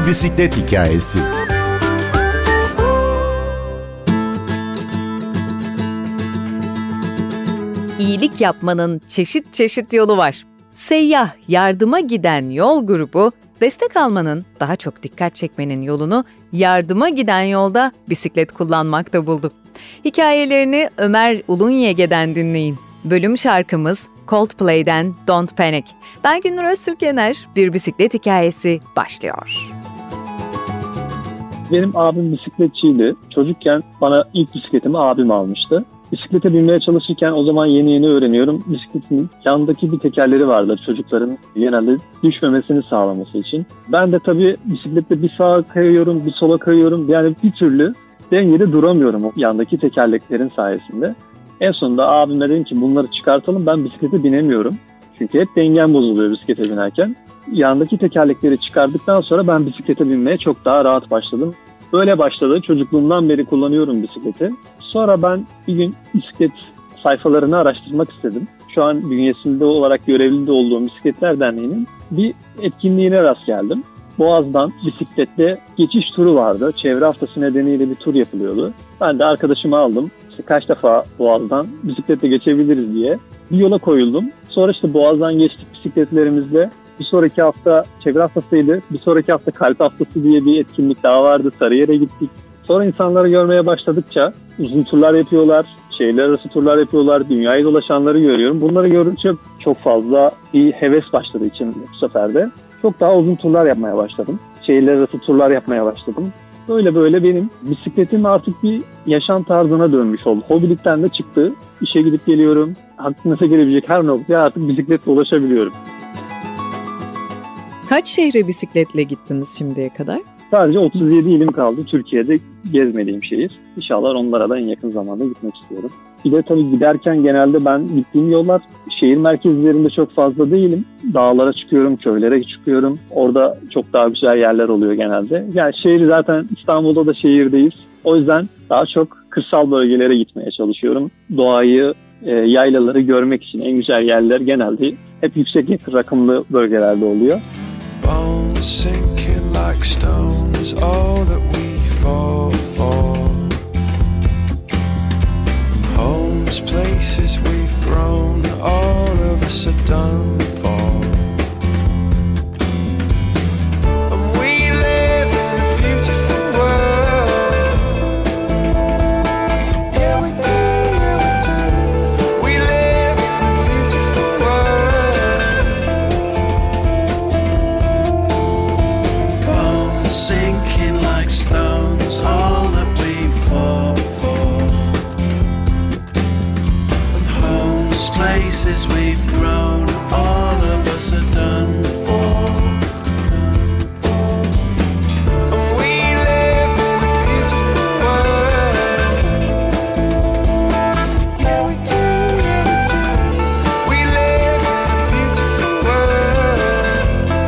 Bir bisiklet hikayesi. İyilik yapmanın çeşit çeşit yolu var. Seyyah, yardıma giden yol grubu, destek almanın, daha çok dikkat çekmenin yolunu yardıma giden yolda bisiklet kullanmakta buldu. Hikayelerini Ömer Ulunyege'den dinleyin. Bölüm şarkımız Coldplay'den Don't Panic. Ben Gündür Öztürk-Yener, Bir Bisiklet Hikayesi başlıyor. Benim abim bisikletçiydi. Çocukken bana ilk bisikletimi abim almıştı. Bisiklete binmeye çalışırken o zaman yeni öğreniyorum. Bisikletin yanındaki bir tekerleri vardır çocukların genelde düşmemesini sağlaması için. Ben de tabii bisiklette bir sağa kayıyorum, bir sola kayıyorum. Yani bir türlü dengede duramıyorum o yandaki tekerleklerin sayesinde. En sonunda abime dedim ki bunları çıkartalım, ben bisiklete binemiyorum. Çünkü hep dengem bozuluyor bisiklete binerken. Yandaki tekerlekleri çıkardıktan sonra ben bisiklete binmeye çok daha rahat başladım. Böyle başladı. Çocukluğumdan beri kullanıyorum bisikleti. Sonra ben bir gün bisiklet sayfalarını araştırmak istedim. Şu an bünyesinde olarak görevli de olduğum Bisikletler Derneği'nin bir etkinliğine rast geldim. Boğaz'dan bisikletle geçiş turu vardı. Çevre haftası nedeniyle bir tur yapılıyordu. Ben de arkadaşımı aldım. İşte kaç defa Boğaz'dan bisikletle geçebiliriz diye bir yola koyuldum. Sonra işte Boğaz'dan geçtik bisikletlerimizle. Bir sonraki hafta çevre haftasıydı. Bir sonraki hafta kalp haftası diye bir etkinlik daha vardı. Sarıyer'e gittik. Sonra insanları görmeye başladıkça uzun turlar yapıyorlar, şehirler arası turlar yapıyorlar, dünyayı dolaşanları görüyorum. Bunları gördükçe çok fazla bir heves başladı içimde bu sefer de. Çok daha uzun turlar yapmaya başladım. Şehirler arası turlar yapmaya başladım. Böyle benim bisikletim artık bir yaşam tarzına dönmüş oldu. Hobilikten de çıktı. İşe gidip geliyorum. Aklınıza gelebilecek her noktaya artık bisikletle ulaşabiliyorum. Kaç şehre bisikletle gittiniz şimdiye kadar? Sadece 37 ilim kaldı Türkiye'de gezmediğim şehir. İnşallah onlara da en yakın zamanda gitmek istiyorum. Bir de tabii giderken genelde ben gittiğim yollar şehir merkezlerinde çok fazla değilim. Dağlara çıkıyorum, köylere çıkıyorum. Orada çok daha güzel yerler oluyor genelde. Yani şehir zaten İstanbul'da da şehirdeyiz. O yüzden daha çok kırsal bölgelere gitmeye çalışıyorum. Doğayı, yaylaları görmek için en güzel yerler genelde hep yüksek rakımlı bölgelerde oluyor. Sinking like stones, all that we fall for. Homes, places we've grown, all of us are done for. And we live in a beautiful world. Yeah, we do, yeah, we do. We live in a beautiful world. Sinking like stones, all that we fall for. And homes, places we've grown, all of us are done for. And we live in a beautiful world. Yeah, we do, yeah, we do. We live in a beautiful world.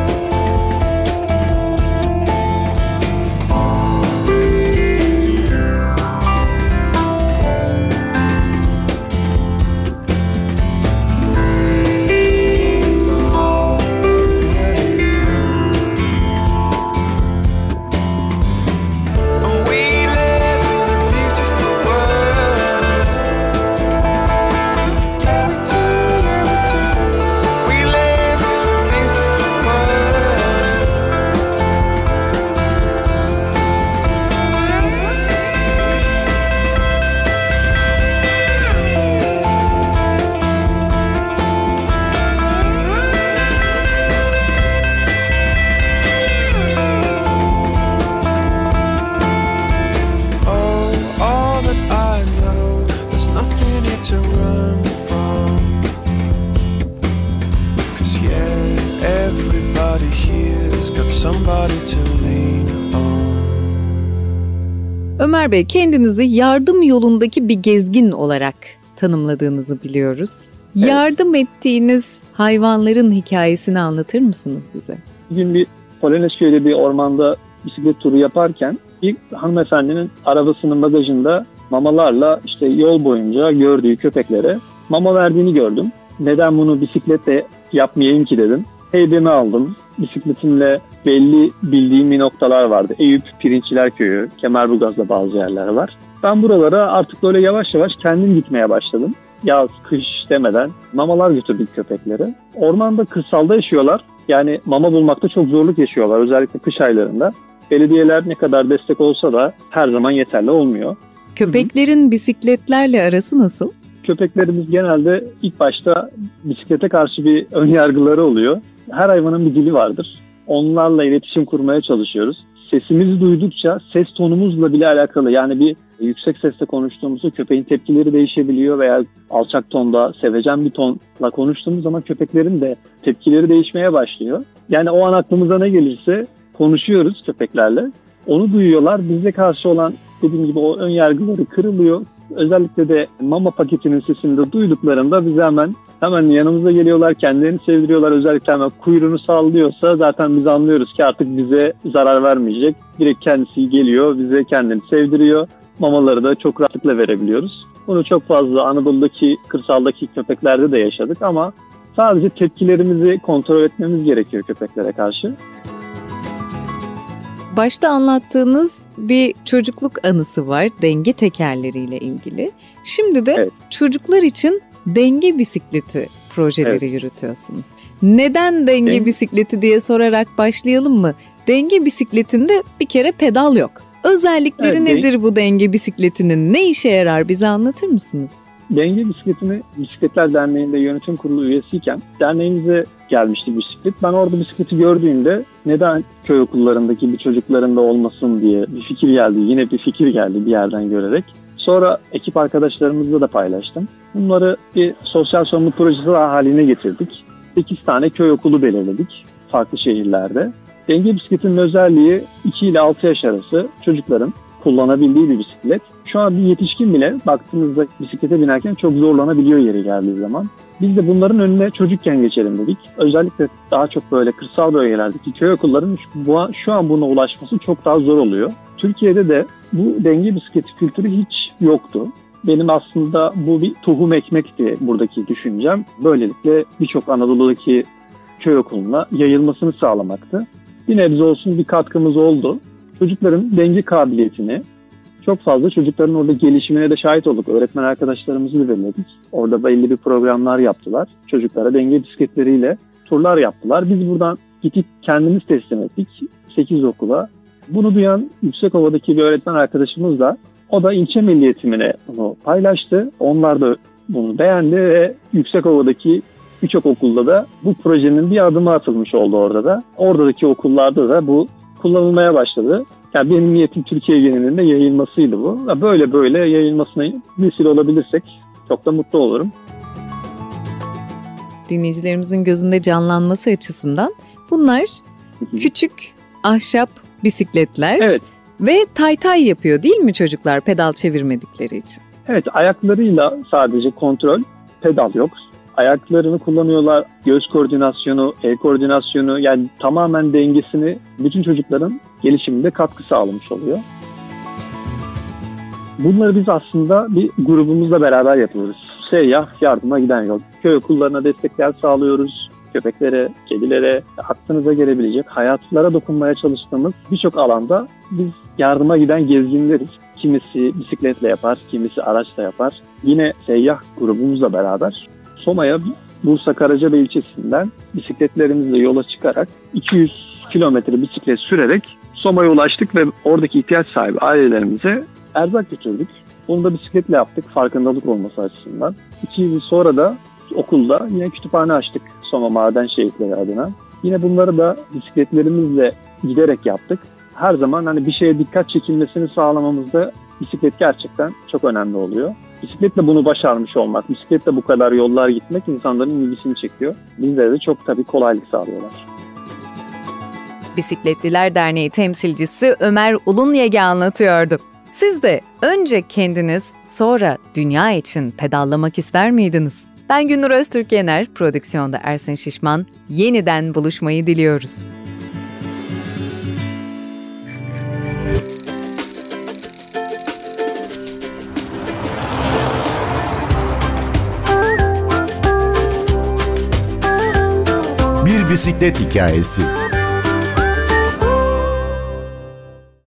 Ömer Bey, kendinizi yardım yolundaki bir gezgin olarak tanımladığınızı biliyoruz. Evet. Yardım ettiğiniz hayvanların hikayesini anlatır mısınız bize? Bir gün bir Polonezköy'de bir ormanda bisiklet turu yaparken bir hanımefendinin arabasının bagajında mamalarla işte yol boyunca gördüğü köpeklere mama verdiğini gördüm. Neden bunu bisikletle yapmayayım ki dedim. Heybemi aldım. Bisikletimle belli bildiğim bir noktalar vardı. Eyüp, Pirinççiler Köyü, Kemerburgaz'da bazı yerler var. Ben buralara artık böyle yavaş yavaş kendim gitmeye başladım. Yaz, kış demeden mamalar götürdük köpekleri. Ormanda, kırsalda yaşıyorlar. Yani mama bulmakta çok zorluk yaşıyorlar, özellikle kış aylarında. Belediyeler ne kadar destek olsa da her zaman yeterli olmuyor. Köpeklerin bisikletlerle arası nasıl? Köpeklerimiz genelde ilk başta bisiklete karşı bir önyargıları oluyor. Her hayvanın bir dili vardır. Onlarla iletişim kurmaya çalışıyoruz. Sesimizi duydukça ses tonumuzla bile alakalı. Yani bir yüksek sesle konuştuğumuzda köpeğin tepkileri değişebiliyor veya alçak tonda, sevecen bir tonla konuştuğumuz zaman köpeklerin de tepkileri değişmeye başlıyor. Yani o an aklımıza ne gelirse konuşuyoruz köpeklerle. Onu duyuyorlar. Bize karşı olan, dediğim gibi, o ön yargıları kırılıyor. Özellikle de mama paketinin sesini de duyduklarında bize hemen yanımıza geliyorlar, kendilerini sevdiriyorlar. Özellikle hemen kuyruğunu sallıyorsa zaten biz anlıyoruz ki artık bize zarar vermeyecek. Direkt kendisi geliyor, bize kendini sevdiriyor. Mamaları da çok rahatlıkla verebiliyoruz. Bunu çok fazla Anadolu'daki, kırsaldaki köpeklerde de yaşadık ama sadece tepkilerimizi kontrol etmemiz gerekiyor köpeklere karşı. Başta anlattığınız bir çocukluk anısı var denge tekerleriyle ilgili. Şimdi de çocuklar için denge bisikleti projeleri yürütüyorsunuz. Neden denge bisikleti diye sorarak başlayalım mı? Denge bisikletinde bir kere pedal yok. Özellikleri nedir bu denge bisikletinin? Ne işe yarar, bize anlatır mısınız? Denge bisikletini Bisikletler Derneği'nde yönetim kurulu üyesiyken derneğimize gelmişti bisiklet. Ben orada bisikleti gördüğümde neden köy okullarındaki bir çocukların da olmasın diye bir fikir geldi. Yine bir fikir geldi bir yerden görerek. Sonra ekip arkadaşlarımızla da paylaştım. Bunları bir sosyal sorumluluk projesi haline getirdik. 8 tane köy okulu belirledik farklı şehirlerde. Denge bisikletinin özelliği 2 ile 6 yaş arası çocukların kullanabildiği bir bisiklet. Şu an bir yetişkin bile baktığınızda bisiklete binerken çok zorlanabiliyor yeri geldiği zaman. Biz de bunların önüne çocukken geçelim dedik. Özellikle daha çok böyle kırsal bölgelerdeki köy okullarının şu an buna ulaşması çok daha zor oluyor. Türkiye'de de bu denge bisikleti kültürü hiç yoktu. Benim aslında bu bir tohum ekmekti buradaki düşüncem. Böylelikle birçok Anadolu'daki köy okuluna yayılmasını sağlamaktı. Bir nebze olsun bir katkımız oldu. Çocukların denge kabiliyetini, çok fazla çocukların orada gelişimine de şahit olduk. Öğretmen arkadaşlarımızı belirledik. Orada belli bir programlar yaptılar. Çocuklara denge bisikletleriyle turlar yaptılar. Biz buradan gidip kendimiz teslim ettik 8 okula. Bunu duyan Yüksekova'daki bir öğretmen arkadaşımız da, o da ilçe milli eğitimine bunu paylaştı. Onlar da bunu beğendi ve Yüksekova'daki birçok okulda da bu projenin bir adımı atılmış oldu orada da. Oradaki okullarda da bu kullanılmaya başladı. Yani benim niyetim Türkiye genelinde yayılmasıydı bu. Böyle yayılmasına vesile olabilirsek çok da mutlu olurum. Dinleyicilerimizin gözünde canlanması açısından bunlar küçük ahşap bisikletler ve tay yapıyor değil mi çocuklar pedal çevirmedikleri için? Evet, ayaklarıyla sadece kontrol, pedal yok. Ayaklarını kullanıyorlar, göz koordinasyonu, el koordinasyonu, yani tamamen dengesini bütün çocukların gelişiminde katkı sağlamış oluyor. Bunları biz aslında bir grubumuzla beraber yapıyoruz. Seyyah, yardıma giden yol. Köy okullarına destekler sağlıyoruz. Köpeklere, kedilere, aklınıza gelebilecek hayatlara dokunmaya çalıştığımız birçok alanda biz yardıma giden gezginleriz. Kimisi bisikletle yapar, kimisi araçla yapar. Yine seyyah grubumuzla beraber Soma'ya, Bursa Karacabey ilçesinden bisikletlerimizle yola çıkarak 200 kilometre bisiklet sürerek Soma'ya ulaştık ve oradaki ihtiyaç sahibi ailelerimize erzak götürdük. Bunu da bisikletle yaptık, farkındalık olması açısından. 2 yıl sonra da okulda yine kütüphane açtık Soma Maden Şehitleri adına. Yine bunları da bisikletlerimizle giderek yaptık. Her zaman bir şeye dikkat çekilmesini sağlamamızda bisiklet gerçekten çok önemli oluyor. Bisikletle bunu başarmış olmak, bisikletle bu kadar yollar gitmek insanların ilgisini çekiyor. Bizlere de çok tabii kolaylık sağlıyorlar. Bisikletliler Derneği temsilcisi Ömer Ulunyege anlatıyordu. Siz de önce kendiniz, sonra dünya için pedallamak ister miydiniz? Ben Günnur Öztürk Yener, prodüksiyonda Ersin Şişman. Yeniden buluşmayı diliyoruz. Bir bisiklet hikayesi.